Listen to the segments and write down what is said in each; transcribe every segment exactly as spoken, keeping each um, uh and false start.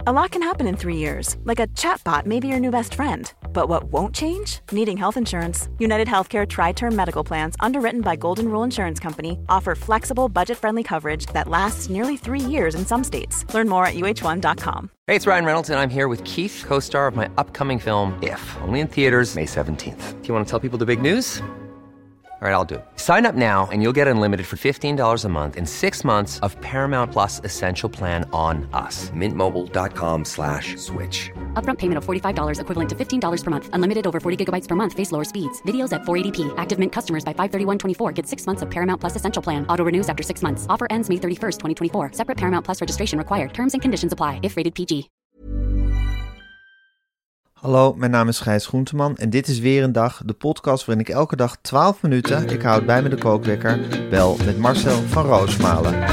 A lot can happen in three years, like a chatbot may be your new best friend. But what won't change? Needing health insurance. United Healthcare Tri-Term Medical Plans, underwritten by Golden Rule Insurance Company, offer flexible, budget-friendly coverage that lasts nearly three years in some states. Learn more at U H one dot com. Hey, it's Ryan Reynolds, and I'm here with Keith, co-star of my upcoming film, If, only in theaters May seventeenth. Do you want to tell people the big news? All right, I'll do it. Sign up now and you'll get unlimited for fifteen dollars a month and six months of Paramount Plus Essential Plan on us. Mintmobile.com slash switch. Upfront payment of forty-five dollars equivalent to fifteen dollars per month. Unlimited over forty gigabytes per month. Face lower speeds. Videos at four eighty p. Active Mint customers by five thirty-one twenty-four get six months of Paramount Plus Essential Plan. Auto renews after six months. Offer ends May thirty-first, twenty twenty-four. Separate Paramount Plus registration required. Terms and conditions apply if rated P G. Hallo, mijn naam is Gijs Groenteman en dit is weer een dag, de podcast waarin ik elke dag twaalf minuten, ik houd bij me de kookwekker, bel met Marcel van Roosmalen.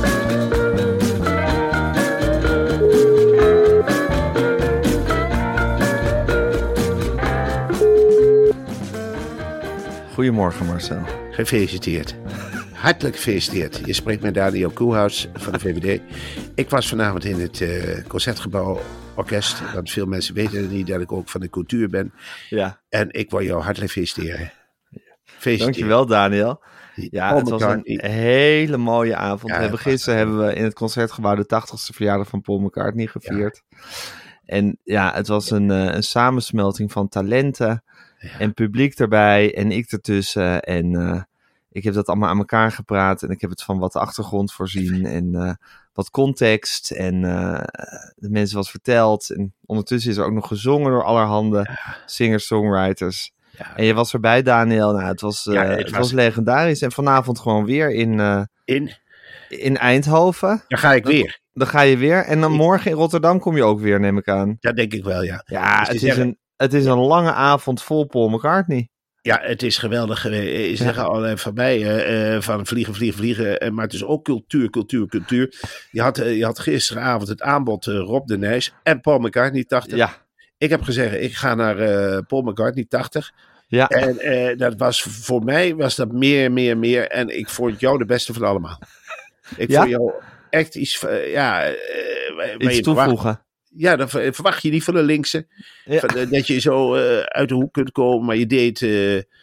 Goedemorgen Marcel. Gefeliciteerd. Hartelijk gefeliciteerd. Je spreekt met Daniel Koelhuis van de V V D. Ik was vanavond in het uh, Concertgebouw Orkest. Want veel mensen weten niet dat ik ook van de cultuur ben. Ja. En ik wil jou hartelijk feliciteren. Feliciteren. Dankjewel Daniel. Ja, het was een hele mooie avond. Ja, we hebben gisteren hebben we in het Concertgebouw de tachtigste verjaardag van Paul McCartney gevierd. Ja. En ja, het was een, uh, een samensmelting van talenten. Ja. En publiek erbij en ik ertussen. En uh, ik heb dat allemaal aan elkaar gepraat. En ik heb het van wat achtergrond voorzien. En uh, wat context. En uh, de mensen wat verteld. En ondertussen is er ook nog gezongen door allerhande ja. singer-songwriters. Ja. En je was erbij, Daniel. Nou, het was, uh, ja, het het was... was legendarisch. En vanavond gewoon weer in, uh, in? in Eindhoven. Daar ga ik dan, weer. Dan ga je weer. En dan morgen in Rotterdam kom je ook weer, neem ik aan. Dat denk ik wel, ja. Ja, dus het, is zeggen... een, het is een lange avond vol Paul McCartnney. Ja, het is geweldig geweest. Ze zeggen al uh, van mij, uh, van vliegen, vliegen, vliegen. Uh, maar het is ook cultuur, cultuur, cultuur. Je had, uh, je had gisteravond het aanbod uh, Rob de Nijs en Paul McCartney tachtig. Ja. Ik heb gezegd, ik ga naar uh, Paul McCartney tachtig. Ja. En uh, dat was voor mij was dat meer, meer, meer. En ik vond jou de beste van allemaal. Ik ja? vond jou echt iets, uh, ja... Uh, iets je toevoegen. Verwacht. Ja, dan verwacht je niet van de linkse. Ja. Van, uh, dat je zo uh, uit de hoek kunt komen. Maar je deed uh, uh,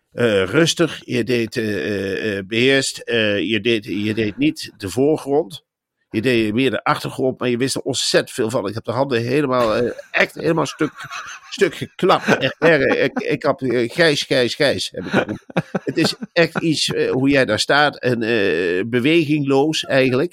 rustig. Je deed uh, uh, beheerst. Uh, je, deed, je deed niet de voorgrond. Je deed meer de achtergrond. Maar je wist er ontzettend veel van. Ik heb de handen helemaal, uh, echt helemaal stuk, stuk geklapt. Echt erg. Ik, ik heb uh, Gijs, Gijs, Gijs. Heb ik het is echt iets uh, hoe jij daar staat. En uh, bewegingloos eigenlijk.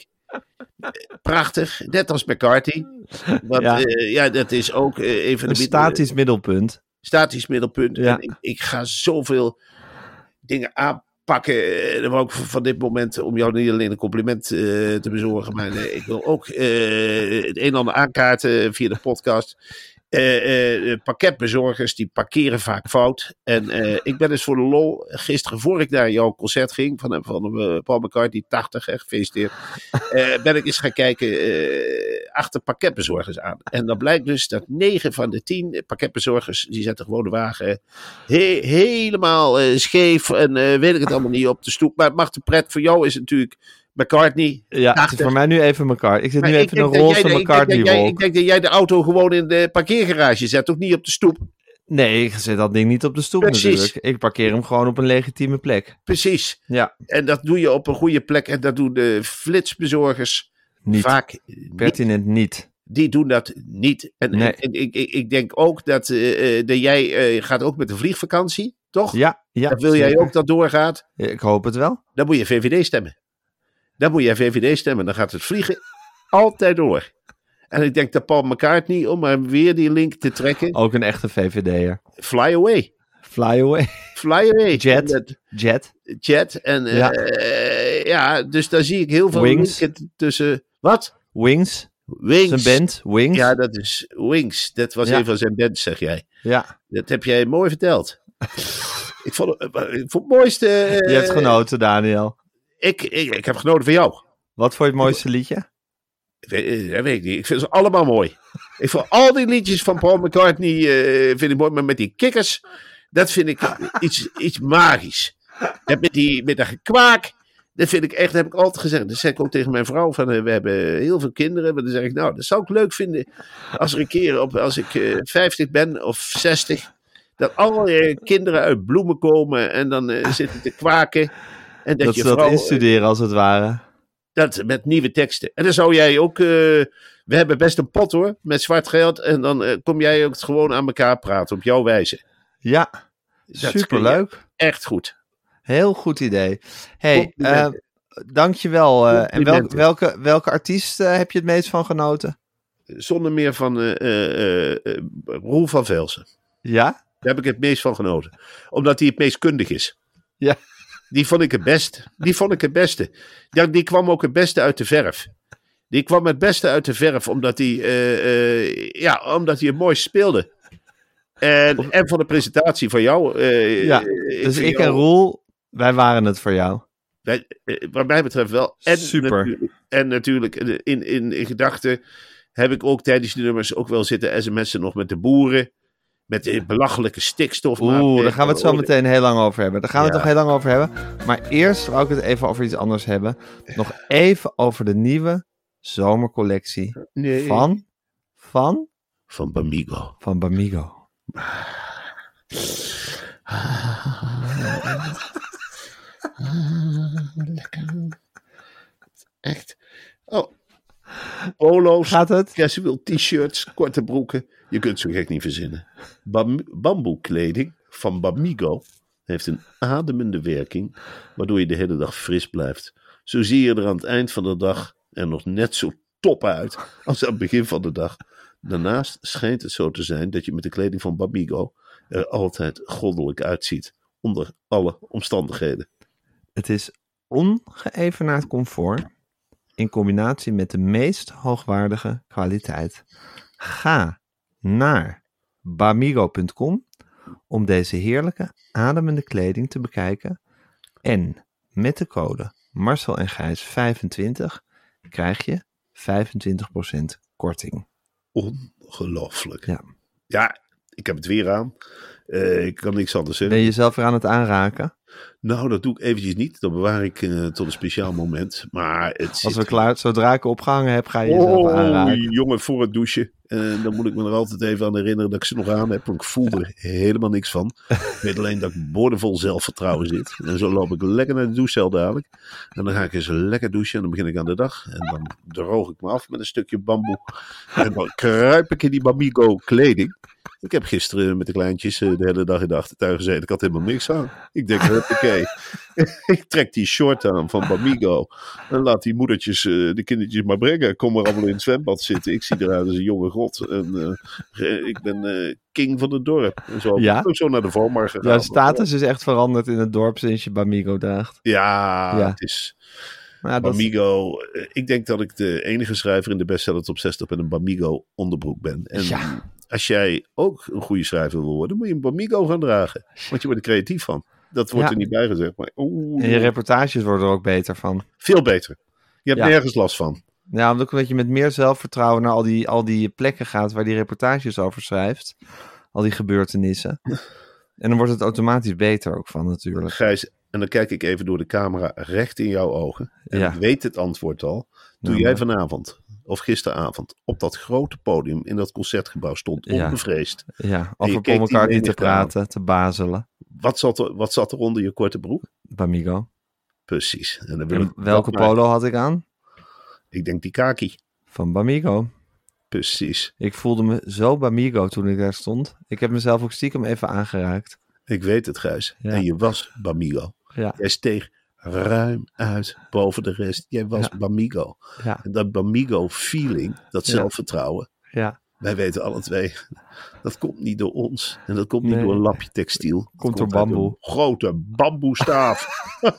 Prachtig, net als McCartney. Want, ja. Uh, ja, dat is ook uh, even een de statisch middelpunt. Statisch middelpunt. Ja. En ik, ik ga zoveel dingen aanpakken. Uh, dan wou ik van dit moment, om jou niet alleen een compliment uh, te bezorgen, maar uh, ik wil ook uh, het een en ander aankaarten via de podcast. Uh, uh, pakketbezorgers die parkeren vaak fout. En uh, ik ben dus voor de lol, gisteren voor ik naar jouw concert ging, van, van uh, Paul McCartney, tachtig, hè, gefeliciteerd, uh, ben ik eens gaan kijken uh, achter pakketbezorgers aan. En dan blijkt dus dat negen van de tien pakketbezorgers, die zetten gewoon de wagen he- helemaal uh, scheef en uh, weet ik het allemaal niet op de stoep. Maar het mag de pret voor jou is natuurlijk McCartney. Ja, het is voor mij nu even McCartney. Ik zit maar nu even in een roze McCartney-wolk. Ik denk dat jij de auto gewoon in de parkeergarage zet, ook niet op de stoep. Nee, ik zet dat ding niet op de stoep Precies. natuurlijk. Ik parkeer hem gewoon op een legitieme plek. Precies. Ja. En dat doe je op een goede plek. En dat doen de flitsbezorgers niet. vaak Pertinent niet. niet. Die doen dat niet. En, nee. en, en ik, ik denk ook dat, uh, dat jij uh, gaat ook met de vliegvakantie, toch? Ja. ja dat wil zeker. Jij ook dat doorgaat? Ja, ik hoop het wel. Dan moet je V V D stemmen. Dan moet je V V D stemmen. Dan gaat het vliegen altijd door. En ik denk dat Paul McCartney, om maar weer die link te trekken. Ook een echte V V D'er. Fly away. Fly away. Fly away. Jet. Dat, Jet. Jet. En ja. Uh, ja, dus daar zie ik heel veel Wings. linken tussen. Wat? Wings. Wings. Zijn band, Wings. Ja, dat is Wings. Dat was ja. een van zijn bands, zeg jij. Ja. Dat heb jij mooi verteld. ik, vond, ik vond het mooiste... Uh, Je hebt genoten, Daniel. Ik, ik, ik heb genoten van jou. Wat vond je het mooiste liedje? Dat weet, weet ik niet. Ik vind ze allemaal mooi. Ik vond al die liedjes van Paul McCartney uh, vind ik mooi. Maar met die kikkers, dat vind ik iets, iets magisch. En met, die, met dat gekwaak, Dat vind ik echt, dat heb ik altijd gezegd. Dat zeg ik ook tegen mijn vrouw. Van, we hebben heel veel kinderen. Maar dan zeg ik, nou, dat zou ik leuk vinden. Als er een keer, op, als ik uh, vijftig ben of zestig. Dat alle kinderen uit bloemen komen. En dan uh, zitten te kwaken. En dat, dat je ze dat vrouw, instuderen als het ware. Dat met nieuwe teksten. En dan zou jij ook... Uh, we hebben best een pot hoor. Met zwart geld. En dan uh, kom jij ook gewoon aan elkaar praten. Op jouw wijze. Ja, Dat superleuk. Echt goed. Heel goed idee. Hey, uh, dankjewel. Uh, en welk, welke, welke artiest uh, heb je het meest van genoten? Zonder meer van uh, uh, uh, Roel van Velsen. Ja? Daar heb ik het meest van genoten. Omdat hij het meest kundig is. Ja. Die vond ik het best. Die vond ik het beste. Die, die kwam ook het beste uit de verf. Die kwam het beste uit de verf omdat hij, uh, uh, ja, omdat hij het mooi speelde. En, en van de presentatie van jou. Uh, ja, dus ik, ik en Roel, wij waren het voor jou. Wij, wat mij betreft wel. En super. Natuurlijk, en natuurlijk in, in, in gedachten heb ik ook tijdens die nummers ook wel zitten sms'en nog met de boeren. Met de belachelijke stikstof. Oeh, daar gaan we het zo meteen heel lang over hebben. Daar gaan we ja. het nog heel lang over hebben. Maar eerst wou ik het even over iets anders hebben. Nog even over de nieuwe zomercollectie nee. van... Van? Van Bamigo. Van Bamigo. Lekker. Echt. Oh. Polo's. Gaat het? Casual t-shirts, korte broeken. Je kunt zo gek niet verzinnen. Bam- bamboekleding van Bamigo heeft een ademende werking, waardoor je de hele dag fris blijft. Zo zie je er aan het eind van de dag er nog net zo top uit als aan het begin van de dag. Daarnaast schijnt het zo te zijn dat je met de kleding van Bamigo er altijd goddelijk uitziet. Onder alle omstandigheden. Het is ongeëvenaard comfort in combinatie met de meest hoogwaardige kwaliteit. Ga naar bamigo punt com om deze heerlijke ademende kleding te bekijken. En met de code Marcel en Gijs vijfentwintig krijg je vijfentwintig procent korting. Ongelooflijk. Ja. Ja, ik heb het weer aan. Uh, ik kan niks anders zeggen. Ben je jezelf weer aan het aanraken? Nou, dat doe ik eventjes niet. Dat bewaar ik uh, tot een speciaal moment. Maar het Als zit... we klaar, zodra ik opgehangen heb, ga je jezelf oh, aanraken. Jongen, voor het douchen. Uh, dan moet ik me er altijd even aan herinneren dat ik ze nog aan heb. Want ik voel er helemaal niks van. Ik weet alleen dat ik boordevol zelfvertrouwen zit. En zo loop ik lekker naar de douchecel dadelijk. En dan ga ik eens lekker douchen. En dan begin ik aan de dag. En dan droog ik me af met een stukje bamboe. En dan kruip ik in die Bamigo kleding. Ik heb gisteren met de kleintjes de hele dag in de achtertuin gezeten. Ik had helemaal niks aan. Ik denk, huppakee. Ik trek die short aan van Bamigo. En laat die moedertjes uh, de kindertjes maar brengen. Kom maar allemaal in het zwembad zitten. Ik zie eruit als een jonge god. En uh, ik ben uh, king van het dorp. En zo ja? ook zo naar de Volmar gegaan. Jouw status is echt veranderd in het dorp sinds je Bamigo draagt. Ja, ja. het is... Ja, Bamigo, is... ik denk dat ik de enige schrijver in de bestseller top zestig met een Bamigo onderbroek ben. En ja. als jij ook een goede schrijver wil worden, moet je een Bamigo gaan dragen. Want je wordt er creatief van. Dat wordt ja. er niet bij gezegd. Maar, oeh, en je reportages worden er ook beter van. Veel beter. Je hebt ja. nergens last van. Ja, omdat ook dat je met meer zelfvertrouwen naar al die, al die plekken gaat waar die reportages over schrijft. Al die gebeurtenissen. En dan wordt het automatisch beter ook van natuurlijk. Gijs, en dan kijk ik even door de camera recht in jouw ogen. En ja. ik weet het antwoord al. Toen nou, jij maar... vanavond, of gisteravond, op dat grote podium in dat concertgebouw stond, onbevreesd. Ja, ja. over Paul McCartney te praten, aan. te bazelen. Wat zat, er, wat zat er onder je korte broek? Bamigo. Precies. En, dan wil en welke polo maken. had ik aan? Ik denk die kaki. Van Bamigo. Precies. Ik voelde me zo Bamigo toen ik daar stond. Ik heb mezelf ook stiekem even aangeraakt. Ik weet het, Gijs. Ja. En je was Bamigo. Ja. Jij steeg ruim uit boven de rest. Jij was ja. Bamigo. Ja. En dat Bamigo feeling, dat ja. zelfvertrouwen. Ja. Wij weten alle twee, dat komt niet door ons. En dat komt niet nee. door een lapje textiel. Komt, komt door bamboe. Grote bamboestaaf.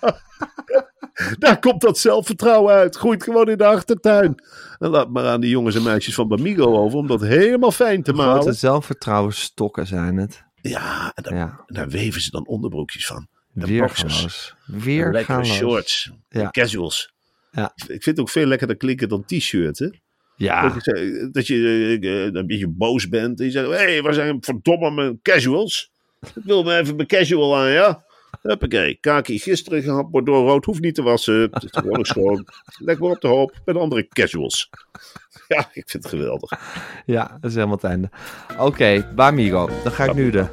Daar komt dat zelfvertrouwen uit. Groeit gewoon in de achtertuin. En laat maar aan die jongens en meisjes van Bamigo over om dat helemaal fijn te maken. Grote zelfvertrouwensstokken zijn het. Ja, en daar, ja. daar weven ze dan onderbroekjes van. Weergaloos. Weergaloos. Lekkere shorts. Ja. Casuals. Ja. Ik vind het ook veel lekkerder klinken dan t-shirt, hè? Ja. Dat je, dat je uh, een beetje boos bent. En je zegt, hé, hey, waar zijn verdomme mijn casuals? Ik wil me even mijn casual aan, ja? Huppakee, kaki gisteren gehad, Bordeaux rood, hoeft niet te wassen. Het is gewoon schoon. Leg maar op de hoop met andere casuals. Ja, ik vind het geweldig. Ja, dat is helemaal het einde. Oké, okay, Bamigo. Dan ga ik nu de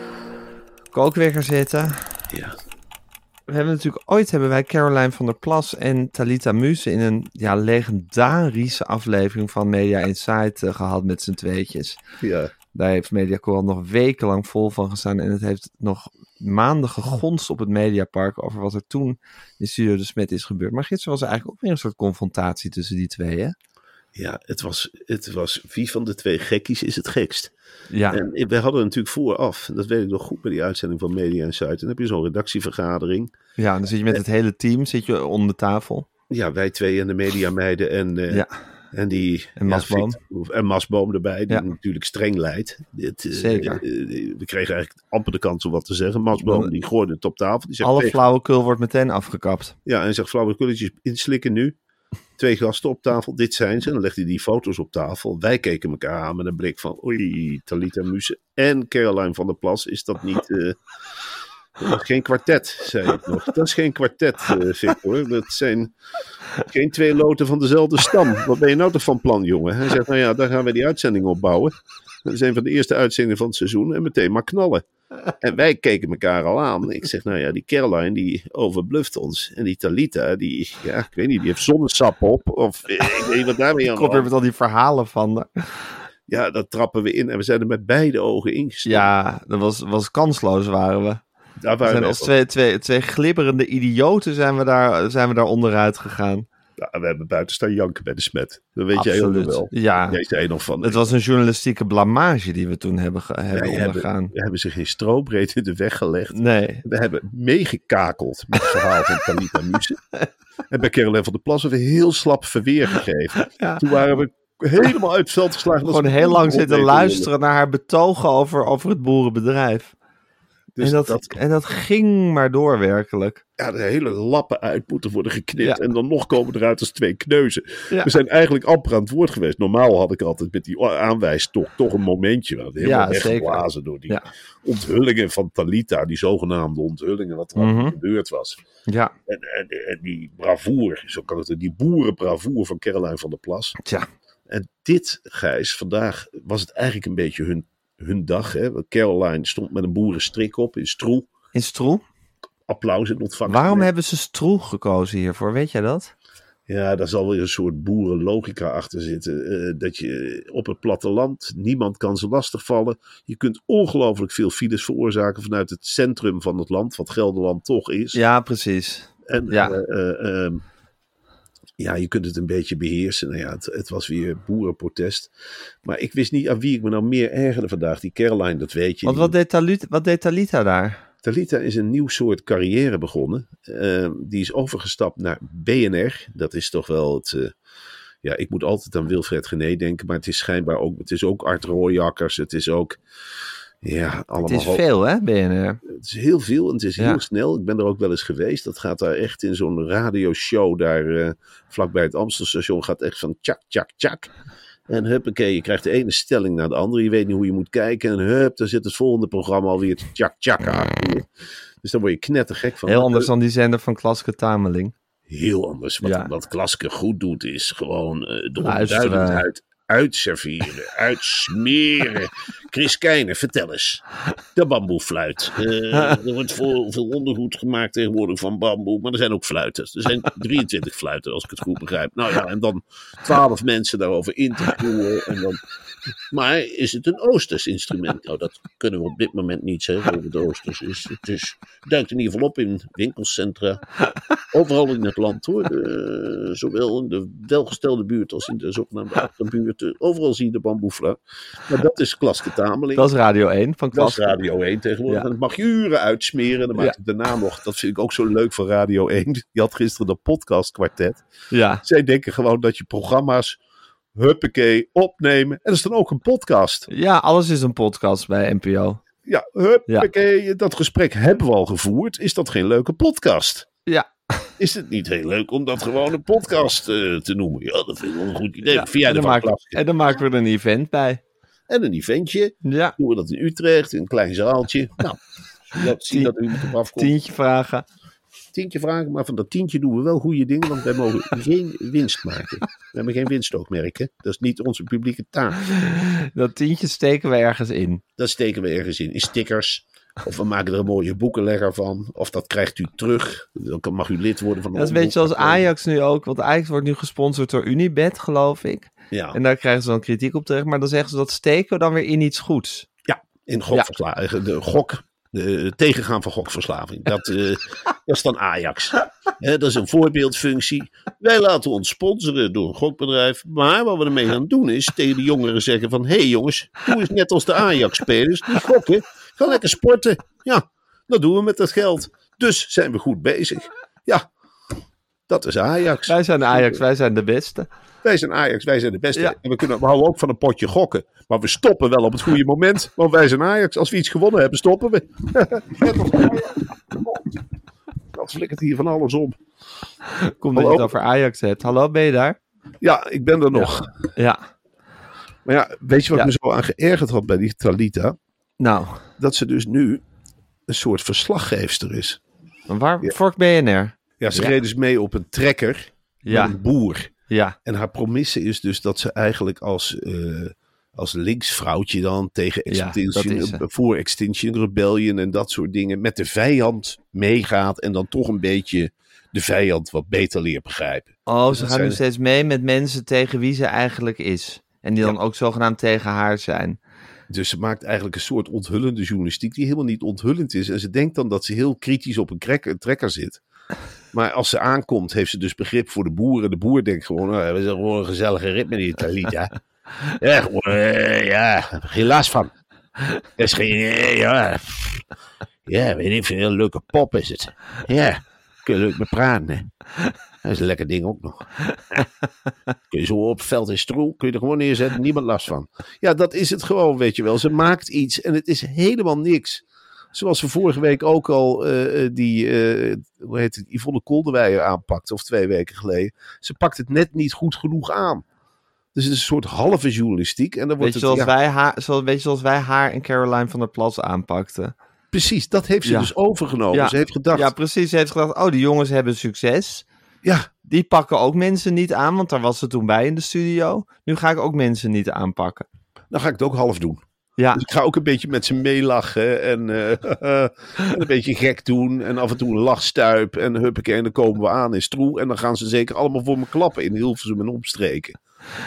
kookwekker zetten. Ja. We hebben natuurlijk ooit hebben wij Caroline van der Plas en Talita Muse in een ja, legendarische aflevering van Media Insight uh, gehad met z'n tweetjes. Ja. Daar heeft Mediacorp nog wekenlang vol van gestaan en het heeft nog maanden gegonst op het Mediapark over wat er toen in Studio De Smet is gebeurd. Maar gisteren was er eigenlijk ook weer een soort confrontatie tussen die twee, hè? Ja, het was, het was wie van de twee gekkies is het gekst. Ja. En we hadden natuurlijk vooraf, dat weet ik nog goed bij die uitzending van Media Insight, en dan heb je zo'n redactievergadering. Ja, dan zit je met het hele team, zit je om de tafel. Ja, wij twee en de mediameiden en, uh, ja. en die... En Masboom. Ja, en Masboom erbij, die ja. natuurlijk streng leidt. Dit, uh, Zeker. Uh, we kregen eigenlijk amper de kans om wat te zeggen. Masboom, die gooide het op tafel. Die zegt, alle tegen... flauwekul wordt meteen afgekapt. Ja, en zegt flauwekulletjes inslikken nu. Twee gasten op tafel, dit zijn ze. En dan legt hij die foto's op tafel. Wij keken elkaar aan met een blik van... Oei, Talita Muse en Caroline van der Plas. Is dat niet... Uh, geen kwartet, zei ik nog. Dat is geen kwartet, uh, Victor. Dat zijn geen twee loten van dezelfde stam. Wat ben je nou toch van plan, jongen? Hij zegt, nou ja, daar gaan we die uitzending op bouwen. Dat is een van de eerste uitzendingen van het seizoen. En meteen maar knallen. En wij keken elkaar al aan. Ik zeg, nou ja, die Caroline, die overbluft ons. En die Talita, die, ja, ik weet niet, die heeft zonnesap op. Of ik weet niet wat daarmee aan. Ik kom weer met al die verhalen van. Ja, dat trappen we in. En we zijn er met beide ogen ingestapt. Ja, dat was, was kansloos, waren we. Daar waren we zijn we als twee, twee, twee glibberende idioten zijn we daar, zijn we daar onderuit gegaan. Ja, we hebben buiten staan janken bij de Smet. Dat weet Absoluut. jij heel wel. Ja. Jij zei nog van. Het was een journalistieke blamage die we toen hebben, ge- hebben Wij ondergaan. Hebben, we hebben ze geen strobreed in de weg gelegd. Nee. We hebben meegekakeld met het verhaal van Talita Muse. En bij Caroline van der Plas hebben we heel slap verweer gegeven. Ja. Toen waren we helemaal uit het veld geslagen. Gewoon heel lang zitten luisteren naar haar betogen over, over het boerenbedrijf. Dus en, dat, dat, en dat ging maar door, werkelijk. Ja, de hele lappen uit moeten worden geknipt. Ja. En dan nog komen eruit als twee kneuzen. Ja. We zijn eigenlijk amper aan het woord geweest. Normaal had ik altijd met die aanwijstok toch een momentje. We hadden helemaal ja, weggeblazen door die ja. onthullingen van Talita. Die zogenaamde onthullingen, wat er mm-hmm. gebeurd was. Ja. En, en, en die bravoer, zo kan het, die boerenbravoer van Caroline van der Plas. Tja. En dit, Gijs, vandaag was het eigenlijk een beetje hun... hun dag, hè. Caroline stond met een boerenstrik op in Stroe. In Stroe? Applaus in ontvangst. Waarom hebben ze Stroe gekozen hiervoor? Weet jij dat? Ja, daar zal weer een soort boerenlogica achter zitten. Uh, dat je op het platteland, niemand kan ze lastigvallen. Je kunt ongelooflijk veel files veroorzaken vanuit het centrum van het land, wat Gelderland toch is. Ja, precies. En ja. Uh, uh, uh, Ja, je kunt het een beetje beheersen. Nou ja, het, het was weer boerenprotest. Maar ik wist niet aan wie ik me nou meer ergerde vandaag. Die Caroline, dat weet je. Want wat deed Talita, wat deed Talita daar? Talita is een nieuw soort carrière begonnen. Uh, die is overgestapt naar B N R. Dat is toch wel het... Uh, ja, ik moet altijd aan Wilfred Genee denken. Maar het is schijnbaar ook... Het is ook Art Rooijakkers. Het is ook... Ja, allemaal... Het is veel, hè, B N R? Het is heel veel en het is heel ja. snel. Ik ben er ook wel eens geweest. Dat gaat daar echt in zo'n radioshow daar uh, vlakbij het Amstelstation. Gaat echt van tjak, tjak, tjak. En huppakee, je krijgt de ene stelling naar de andere. Je weet niet hoe je moet kijken. En hup, dan zit het volgende programma alweer te tjak, tjak aan. Dus dan word je knettergek van. Heel anders dan die zender van Klaske Tameling. Heel anders. Wat, ja. wat Klaske goed doet is gewoon uh, de onduidelijkheid uitserveren, uitsmeren. Chris Keijner, vertel eens. De bamboefluit. Uh, er wordt veel, veel ondergoed gemaakt tegenwoordig van bamboe, maar er zijn ook fluiters. Er zijn drieëntwintig fluiten, als ik het goed begrijp. Nou ja, en dan twaalf mensen daarover interviewen. En dan... Maar is het een Oosters instrument? Nou, dat kunnen we op dit moment niet zeggen of het Oosters is. Het is, duikt in ieder geval op in winkelcentra. Overal in het land hoor. Uh, zowel in de welgestelde buurt als in de zogenaamde achterbuurten. Overal zie je de bamboefluit. Maar dat is Klaske Tameling. Dat is Radio één van Klaske. Dat is Radio één tegenwoordig. Ja. En dat mag je uren uitsmeren. Dan maakt het ja. daarna nog. Dat vind ik ook zo leuk van Radio één. Je had gisteren dat podcastkwartet. Ja. Zij denken gewoon dat je programma's huppakee, opnemen. En dat is dan ook een podcast. Ja, alles is een podcast bij N P O. Ja, huppakee, ja. Dat gesprek hebben we al gevoerd. Is dat geen leuke podcast? Ja. Is het niet heel leuk om dat gewoon een podcast uh, te noemen? Ja, dat vind ik wel een goed idee. Ja, Via en, de dan maken, en dan maken we er een event bij. En een eventje. Ja. Doen we dat in Utrecht, in een klein zaaltje. Nou, Zie dat, zie dat u op afkomt. Tientje vragen. Tientje vragen, maar van dat tientje doen we wel goede dingen, want wij mogen geen winst maken. We hebben geen winstoogmerk, hè? Dat is niet onze publieke taak. Dat tientje steken we ergens in. Dat steken we ergens in, in stickers. Of we maken er een mooie boekenlegger van. Of dat krijgt u terug. Dan mag u lid worden van de Dat is een beetje zoals Ajax nu ook. Want Ajax wordt nu gesponsord door Unibet, geloof ik. Ja. En daar krijgen ze dan kritiek op terecht. Maar dan zeggen ze dat steken we dan weer in iets goeds. Ja, in gokverslaving. De gok, de tegengaan van gokverslaving. Dat, uh, dat is dan Ajax. He, dat is een voorbeeldfunctie. Wij laten ons sponsoren door een gokbedrijf. Maar wat we ermee gaan doen is tegen de jongeren zeggen van... Hé hey jongens, doe eens net als de Ajax-spelers. Die gokken. Ga lekker sporten. Ja, dat doen we met dat geld. Dus zijn we goed bezig. Ja, dat is Ajax. Wij zijn Ajax, wij zijn de beste. Wij zijn Ajax, wij zijn de beste. Ja. En we, kunnen, we houden ook van een potje gokken. Maar we stoppen wel op het goede moment. Want wij zijn Ajax. Als we iets gewonnen hebben, stoppen we. Net als Ajax. Dat flikkert hier van alles op. Kom dat je het over Ajax hebt. Hallo, ben je daar? Ja, ik ben er nog. Ja. ja. Maar ja, weet je wat Ja. me zo aan geërgerd had bij die Talita? Nou, Dat ze dus nu een soort verslaggeefster is. waar? Ja. Voor B N R? Ja, ze Ja. reed dus mee op een trekker Ja. met een boer. Ja. En haar promisse is dus dat ze eigenlijk als, uh, als linksvrouwtje dan tegen Extinction, Ja, dat is ze. voor Extinction Rebellion en dat soort dingen met de vijand meegaat en dan toch een beetje de vijand wat beter leert begrijpen. Oh, Dus ze dat gaan nu zijn- steeds mee met mensen tegen wie ze eigenlijk is. En die dan Ja. ook zogenaamd tegen haar zijn. Dus ze maakt eigenlijk een soort onthullende journalistiek die helemaal niet onthullend is. En ze denkt dan dat ze heel kritisch op een, krek, een trekker zit. Maar als ze aankomt, heeft ze dus begrip voor de boeren. De boer denkt gewoon, nou, we zijn gewoon een gezellige rit met die Talita. Ja, gewoon, uh, ja, geen last van. Dat is geen, uh, ja, ja, weet ik veel, een leuke pop is het. Ja, kun je leuk mee praten, hè. Dat is een lekker ding ook nog. Kun je zo op veld en stroel, kun je er gewoon neerzetten, niemand last van. Ja, dat is het gewoon, weet je wel. Ze maakt iets en het is helemaal niks. Zoals we vorige week ook al uh, die, uh, hoe heet het, Yvonne Kolderweijer aanpakte, of twee weken geleden. Ze pakt het net niet goed genoeg aan. Dus het is een soort halve journalistiek. En dan wordt Weet je, het, zoals ja, wij haar, zoals, weet je, zoals wij haar en Caroline van der Plas aanpakten. precies, dat heeft ze Ja. dus overgenomen. Ja. Ze heeft gedacht, Ja, ja, precies. Ze heeft gedacht, oh, die jongens hebben succes. Die pakken ook mensen niet aan, want daar was ze toen bij in de studio. Nu ga ik ook mensen niet aanpakken. dan ga ik het ook half doen. Ja, Dus ik ga ook een beetje met ze meelachen en, uh, en een beetje gek doen. En af en toe een lachstuip en huppakee. En dan komen we aan in Stroe. En dan gaan ze zeker allemaal voor me klappen in Hilversum en omstreken.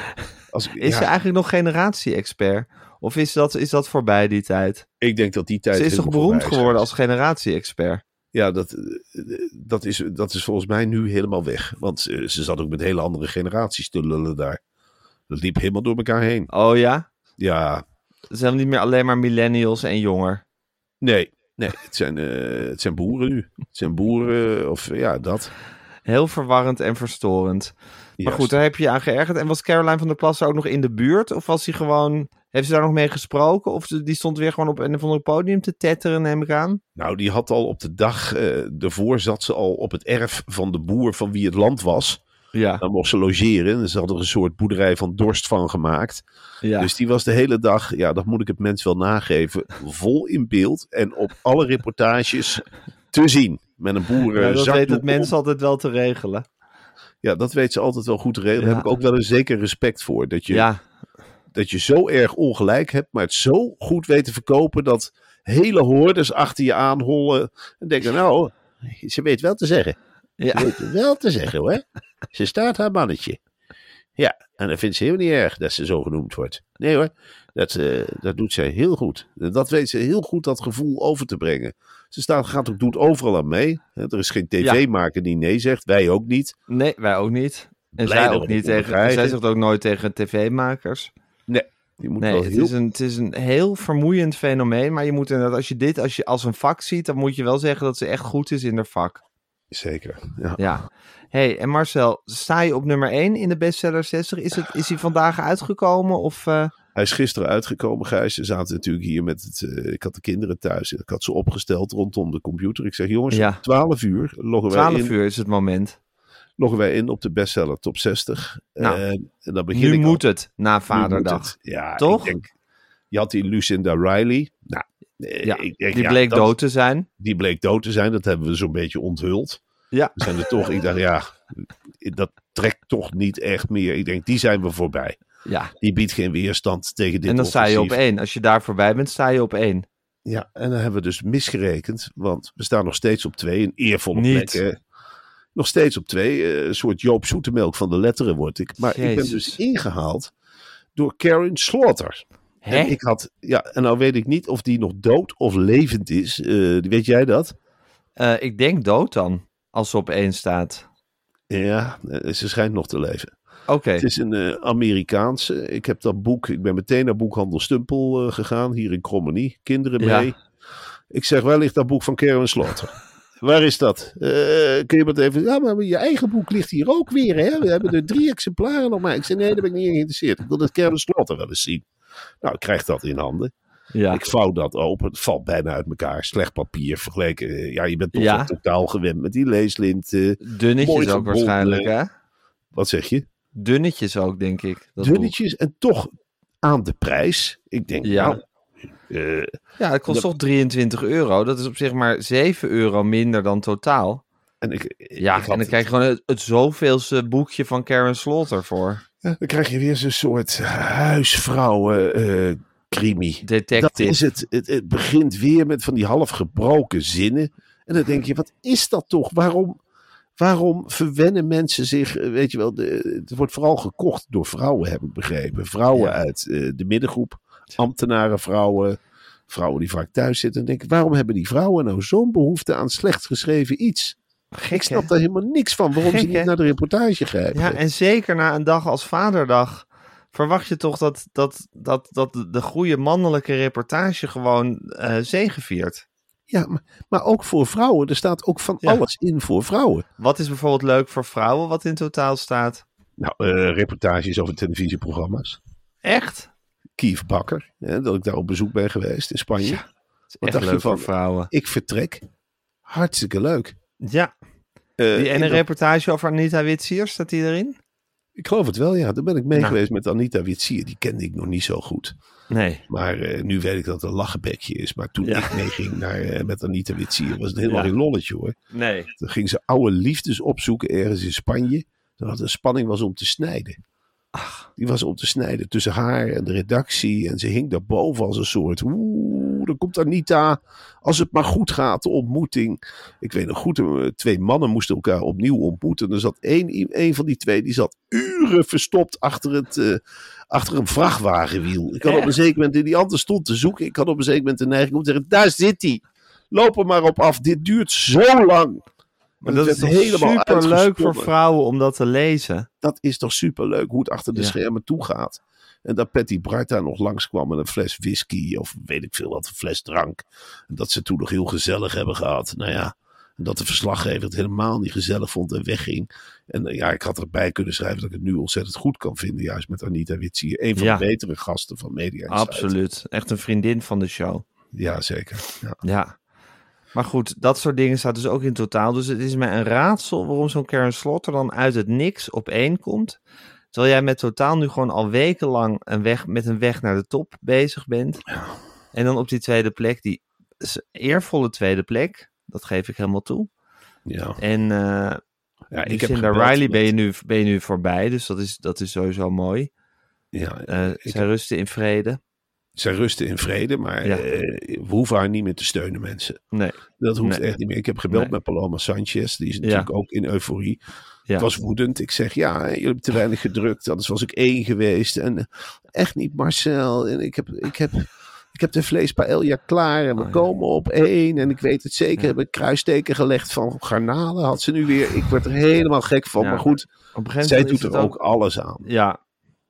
Als ik, is ja, ze eigenlijk nog generatie-expert? Of is dat, is dat voorbij, die tijd? ik denk dat die tijd Ze is toch helemaal beroemd voorbij is. geworden als generatie-expert? Ja, dat, dat, is, dat is volgens mij nu helemaal weg. Want ze, ze zat ook met hele andere generaties te lullen daar. Dat liep helemaal door elkaar heen. Oh ja? Ja, Ze zijn niet meer alleen maar millennials en jonger. nee. Nee, het zijn, uh, het zijn boeren nu. Het zijn boeren, of ja, dat. Heel verwarrend en verstorend. Maar Juist. goed, daar heb je je aan geërgerd. En was Caroline van der Plas ook nog in de buurt? Of was hij gewoon... Heeft ze daar nog mee gesproken? Of ze- die stond weer gewoon op een of ander podium te tetteren, neem ik aan? Nou, die had al op de dag uh, ervoor zat ze al op het erf van de boer van wie het land was. Ja. Dan mocht ze logeren. En ze had er een soort boerderij van dorst van gemaakt. ja. Dus die was de hele dag, ja, dat moet ik het mens wel nageven, vol in beeld en op alle reportages te zien. Met een boeren. Ja, dat zakdoek weet het op. mens altijd wel te regelen. Ja, dat weet ze altijd wel goed te regelen. Daar Ja. heb ik ook wel een zeker respect voor. Dat je, Ja, dat je zo erg ongelijk hebt, maar het zo goed weet te verkopen dat hele hoorders achter je aanhollen. En denken, nou, ze weet wel te zeggen. ja. Ze weet wel te zeggen hoor. Ze staat haar mannetje. Ja, en dat vindt ze heel niet erg dat ze zo genoemd wordt. Nee hoor, dat, uh, dat doet zij heel goed. Dat weet ze heel goed, dat gevoel over te brengen. Ze staat, gaat ook, doet overal aan mee. Er is geen tv-maker die nee zegt, wij ook niet. Nee, wij ook niet. En Blij zij dat ook we niet het tegen. krijgen. Zij zegt ook nooit tegen tv-makers. Nee, je moet Nee, wel het heel... is, een, het is een heel vermoeiend fenomeen. Maar je moet inderdaad, als je dit als, je, als een vak ziet, dan moet je wel zeggen dat ze echt goed is in haar vak. Zeker, ja. Ja. Hey, en Marcel, sta je op nummer één in de bestseller zestig? Is, het, is hij vandaag uitgekomen? Of, uh... Hij is gisteren uitgekomen, Gijs. Ze zaten natuurlijk hier met het... Uh, ik had de kinderen thuis. Ik had ze opgesteld rondom de computer. Ik zeg, jongens, Ja. om twaalf uur loggen wij in. twaalf uur is het moment. Loggen wij in op de bestseller top zestig. Nou, uh, en dan begin Nu ik moet al. het, na Nu Vaderdag. moet het. Ja, Toch? ik denk... Je had die Lucinda Riley. Nou, Uh, Ja, ik denk, die ja, bleek dat, dood te zijn. Die bleek dood te zijn. Dat hebben we zo'n beetje onthuld. Ja. We zijn er toch, ik dacht, ja, dat trekt toch niet echt meer. Ik denk, die zijn we voorbij. Ja. Die biedt geen weerstand tegen dit En dan sta je op offensief. één. Als je daar voorbij bent, sta je op één. Ja, en dan hebben we dus misgerekend. Want we staan nog steeds op twee. Een eervolle Niet. plek. Hè. Nog steeds op twee. Uh, een soort Joop Zoetemelk van de letteren word ik. Maar Jezus. ik ben dus ingehaald door Karen Slaughter. Hè? En ik had, ja, en nou weet ik niet of die nog dood of levend is. Uh, weet jij dat? Uh, ik denk dood dan, als ze op één staat. Ja, uh, ze schijnt nog te leven. Oké. Okay. Het is een uh, Amerikaanse. Ik heb dat boek, ik ben meteen naar boekhandel Stumpel uh, gegaan, hier in Krommenie. Kinderen mee. Ja. Ik zeg, waar ligt dat boek van Karen Slaughter? Waar is dat? Uh, kun je me het even... Ja, maar je eigen boek ligt hier ook weer, hè? We hebben er drie exemplaren nog maar. Ik zeg, nee, daar ben ik niet in geïnteresseerd. Ik wil dat Karen Slaughter wel eens zien. Nou, ik krijg dat in handen. Ja. Ik vouw dat open. Het valt bijna uit elkaar. Slecht papier vergeleken. Ja, je bent toch ja. totaal gewend met die leeslint. Uh, Dunnetjes ook waarschijnlijk, hè? Wat zeg je? Dunnetjes ook, denk ik. Dat Dunnetjes boek. En toch aan de prijs. Ik denk, ja. nou... Uh, ja, het kost dat... toch drieëntwintig euro. Dat is op zich maar zeven euro minder dan totaal. En ik, ja, ik en dan het... krijg je gewoon het, het zoveelste boekje van Karen Slaughter voor. Ja, dan krijg je weer zo'n soort huisvrouwen uh, crimi. Detective. Dat is het. Het, het begint weer met van die half gebroken zinnen. En dan denk je, wat is dat toch? Waarom, waarom verwennen mensen zich? Weet je wel, de, het wordt vooral gekocht door vrouwen, heb ik begrepen. Vrouwen ja. uit uh, de middengroep. Ambtenarenvrouwen, vrouwen die vaak thuis zitten. En denk ik, waarom hebben die vrouwen nou zo'n behoefte aan slecht geschreven iets? Gek, ik snap hè? Daar helemaal niks van. Waarom Gek, ze niet hè? Naar de reportage grijpen. Ja, en zeker na een dag als Vaderdag verwacht je toch dat, dat, dat, dat de goede mannelijke reportage gewoon uh, zegeviert. Ja, maar, maar ook voor vrouwen. Er staat ook van ja. alles in voor vrouwen. Wat is bijvoorbeeld leuk voor vrouwen wat in totaal staat? Nou, uh, reportages over televisieprogramma's. Echt? Kief Bakker, hè, dat ik daar op bezoek ben geweest in Spanje. Ja, is echt leuk van, voor vrouwen. Ik vertrek. Hartstikke leuk. Ja. Uh, die en een reportage over Anita Witsier, staat die erin? Ik geloof het wel, ja. Daar ben ik mee nou. geweest met Anita Witsier. Die kende ik nog niet zo goed. Nee. Maar uh, nu weet ik dat het een lachenbekje is. Maar toen ja. ik meeging naar, uh, met Anita Witsier, was het helemaal ja. geen lolletje, hoor. Nee. Toen ging ze oude liefdes opzoeken ergens in Spanje. Zodat de spanning was om te snijden. Ach. Die was om te snijden tussen haar en de redactie. En ze hing daarboven als een soort... Oeh, dan komt Anita. Als het maar goed gaat, de ontmoeting. Ik weet nog goed, twee mannen moesten elkaar opnieuw ontmoeten. En er zat één, één van die twee, die zat uren verstopt achter, het, uh, achter een vrachtwagenwiel. Ik had op een zeker moment, in die andere stond te zoeken. Ik had op een zeker moment de neiging om te zeggen, daar zit hij. Loop er maar op af, dit duurt zo lang. Maar dat is toch super leuk voor vrouwen om dat te lezen? Dat is toch super leuk hoe het achter de ja. schermen toe gaat. En dat Patty Bart daar nog langskwam met een fles whisky of weet ik veel wat, een fles drank. En dat ze toen nog heel gezellig hebben gehad. Nou ja, en dat de verslaggever het helemaal niet gezellig vond en wegging. En ja, ik had erbij kunnen schrijven dat ik het nu ontzettend goed kan vinden. Juist met Anita Witsier. Een van ja. de betere gasten van Media Insight. Absoluut. Echt een vriendin van de show. Ja, zeker. Ja. ja. Maar goed, dat soort dingen staat dus ook in totaal. Dus het is mij een raadsel waarom zo'n Karen Slaughter dan uit het niks op één komt. Terwijl jij met totaal nu gewoon al wekenlang een weg, met een weg naar de top bezig bent. Ja. En dan op die tweede plek, die eervolle tweede plek. Dat geef ik helemaal toe. Ja. En uh, ja, ik Lucinda Riley ben je, nu, ben je nu voorbij. Dus dat is, dat is sowieso mooi. Ja, uh, zij heb... rusten in vrede. Zij rusten in vrede, maar ja. uh, we hoeven haar niet meer te steunen, mensen. Nee. Dat hoeft nee. echt niet meer. Ik heb gebeld nee. met Paloma Sanchez, die is natuurlijk ja. ook in euforie. Ja. Ik was woedend. Ik zeg, ja, jullie hebben te weinig gedrukt. Anders was ik één geweest. En uh, echt niet Marcel. En ik heb, ik heb, ik heb de vleespaella klaar en we oh, komen ja. op één. En ik weet het zeker. Ja. Heb een kruisteken gelegd van garnalen. Had ze nu weer. Ik word er helemaal gek van. Ja. Maar goed, zij doet er ook alles aan. Ja.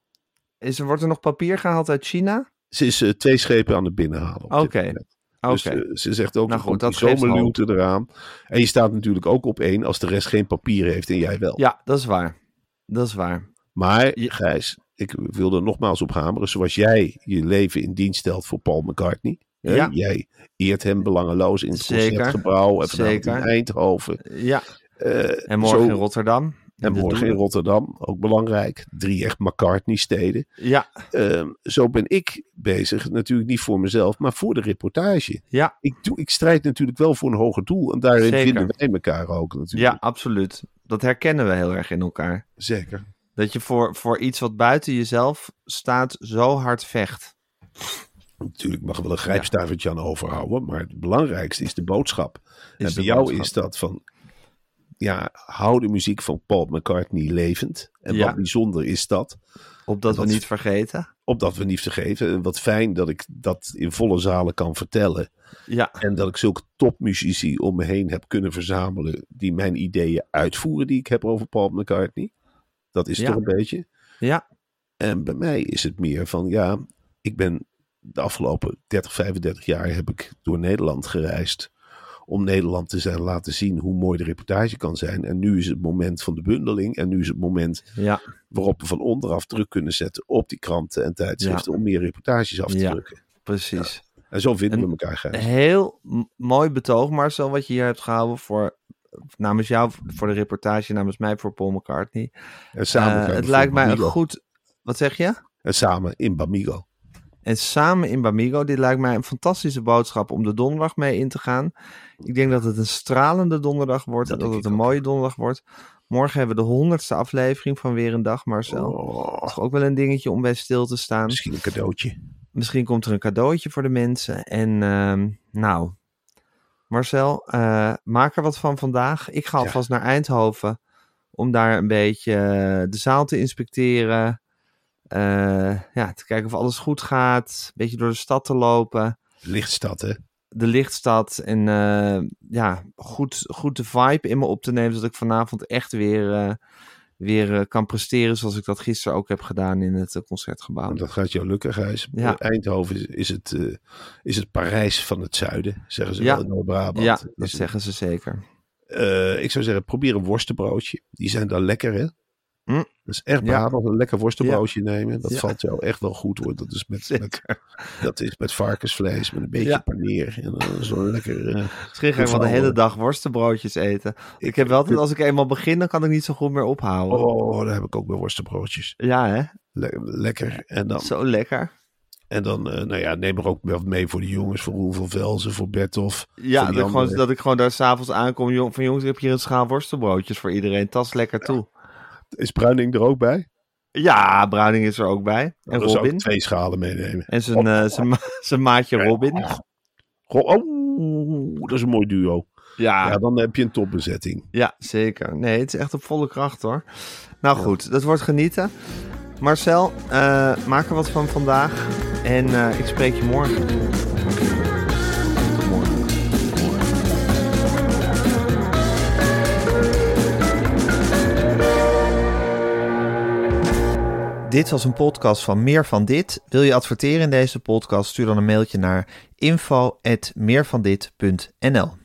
Is er, wordt er nog papier gehaald uit China? Ze is uh, twee schepen aan het binnenhalen. Oké. Okay. Dus okay. uh, ze zegt ook, nou goed, dat zomerluwte eraan. En je staat natuurlijk ook op één als de rest geen papier heeft en jij wel. Ja, dat is waar. Dat is waar. Maar, Gijs, ik wil er nogmaals op hameren. Zoals jij je leven in dienst stelt voor Paul McCartney. Hè? Ja. Jij eert hem belangeloos in het Zeker. Concertgebouw. En Zeker. in Eindhoven. Ja. Uh, en morgen zo, in Rotterdam. En morgen in Rotterdam, ook belangrijk. Drie echt McCartney-steden. Ja. Uh, zo ben ik bezig. Natuurlijk niet voor mezelf, maar voor de reportage. Ja. Ik, doe, ik strijd natuurlijk wel voor een hoger doel. En daarin Zeker. vinden wij elkaar ook natuurlijk. Ja, absoluut. Dat herkennen we heel erg in elkaar. Zeker. Dat je voor, voor iets wat buiten jezelf staat zo hard vecht. Natuurlijk mag er wel een grijpstuivertje aan overhouden. Maar het belangrijkste is de boodschap. Is en bij de jou boodschap. is dat van... Ja, hou de muziek van Paul McCartney levend. En Ja. wat bijzonder is dat. Opdat Dat- we niet vergeten. Opdat we niet vergeten. En wat fijn dat ik dat in volle zalen kan vertellen. Ja, En dat ik zulke topmuzici om me heen heb kunnen verzamelen. Die mijn ideeën uitvoeren die ik heb over Paul McCartney. Dat is Ja. toch een beetje. ja, En bij mij is het meer van ja, ik ben de afgelopen dertig, vijfendertig jaar heb ik door Nederland gereisd. Om Nederland te zijn laten zien hoe mooi de reportage kan zijn. En nu is het moment van de bundeling. En nu is het moment ja, waarop we van onderaf druk kunnen zetten op die kranten en tijdschriften. Ja. Om meer reportages af te Ja. drukken. precies. En zo vinden En- we elkaar, Gijs. Heel m- mooi betoog, Marcel, wat je hier hebt gehouden voor, namens jou, voor de reportage, namens mij voor Paul McCartney. En samen Eh, gaan we het voor lijkt mij een Bamigo. goed... Wat zeg je? En samen in Bamigo. En samen in Bamigo, dit lijkt mij een fantastische boodschap om de donderdag mee in te gaan. Ik denk dat het een stralende donderdag wordt, Dat dat, denk het ik een ook. mooie donderdag wordt. Morgen hebben we de honderdste aflevering van Weer een Dag, Marcel. Oh, Toch ook wel een dingetje om bij stil te staan. misschien een cadeautje. Misschien komt er een cadeautje voor de mensen. En ehm, nou, Marcel, eh, maak er wat van vandaag. Ik ga Ja. alvast naar Eindhoven om daar een beetje eh, de zaal te inspecteren. Eh, ja, te kijken of alles goed gaat. Een beetje door de stad te lopen. Lichtstad, hè? De lichtstad. En eh, ja, goed, goed de vibe in me op te nemen. Zodat ik vanavond echt weer, eh, weer eh, kan presteren. Zoals ik dat gisteren ook heb gedaan in het eh, Concertgebouw. En dat gaat jou lukken, Gijs. Ja. Eindhoven is, is, het, eh, is het Parijs van het zuiden, zeggen ze Ja. wel in Noord-Brabant. Ja, Is dat het- zeggen ze zeker. Eh, ik zou zeggen, probeer een worstenbroodje. Die zijn dan lekker, hè? Hm. Dat is echt Ja. Brabant, een lekker worstenbroodje nemen. Dat Ja. valt jou echt wel goed, hoor. Dat is met, met, Zeker. dat is met varkensvlees, met een beetje Ja. paneer. En dan zo'n lekker... eh, Misschien ga ik wel de hele dag worstenbroodjes eten. Ik, Ik- heb wel altijd, als ik eenmaal begin, dan kan ik niet zo goed meer ophouden. Oh, daar heb ik ook bij worstenbroodjes. Ja, hè? Le- lekker. En dan, Zo lekker. en dan eh, nou ja, neem er ook wel mee voor de jongens. Voor Roel van Velzen, voor Bertolf. Ja, voor die dat, ik gewoon, andere. dat ik gewoon daar s'avonds aankom. jong- Van jongens, ik heb hier een schaal worstenbroodjes voor iedereen. Tas lekker toe. Is Bruining er ook bij? Ja, Bruining is er ook bij. En Dan zou ik Robin. twee schalen meenemen. En zijn, eh, zijn, ma- zijn maatje Robin. Ro- Oh, dat is een mooi duo. Ja, Ja, dan heb je een topbezetting. ja, zeker. Nee, het is echt op volle kracht hoor. Nou goed, dat wordt genieten. Marcel, eh, maak er wat van vandaag. En eh, ik spreek je morgen. Tot morgen. Dit was een podcast van Meer van Dit. Wil je adverteren in deze podcast? Stuur dan een mailtje naar info at meervandit punt n l.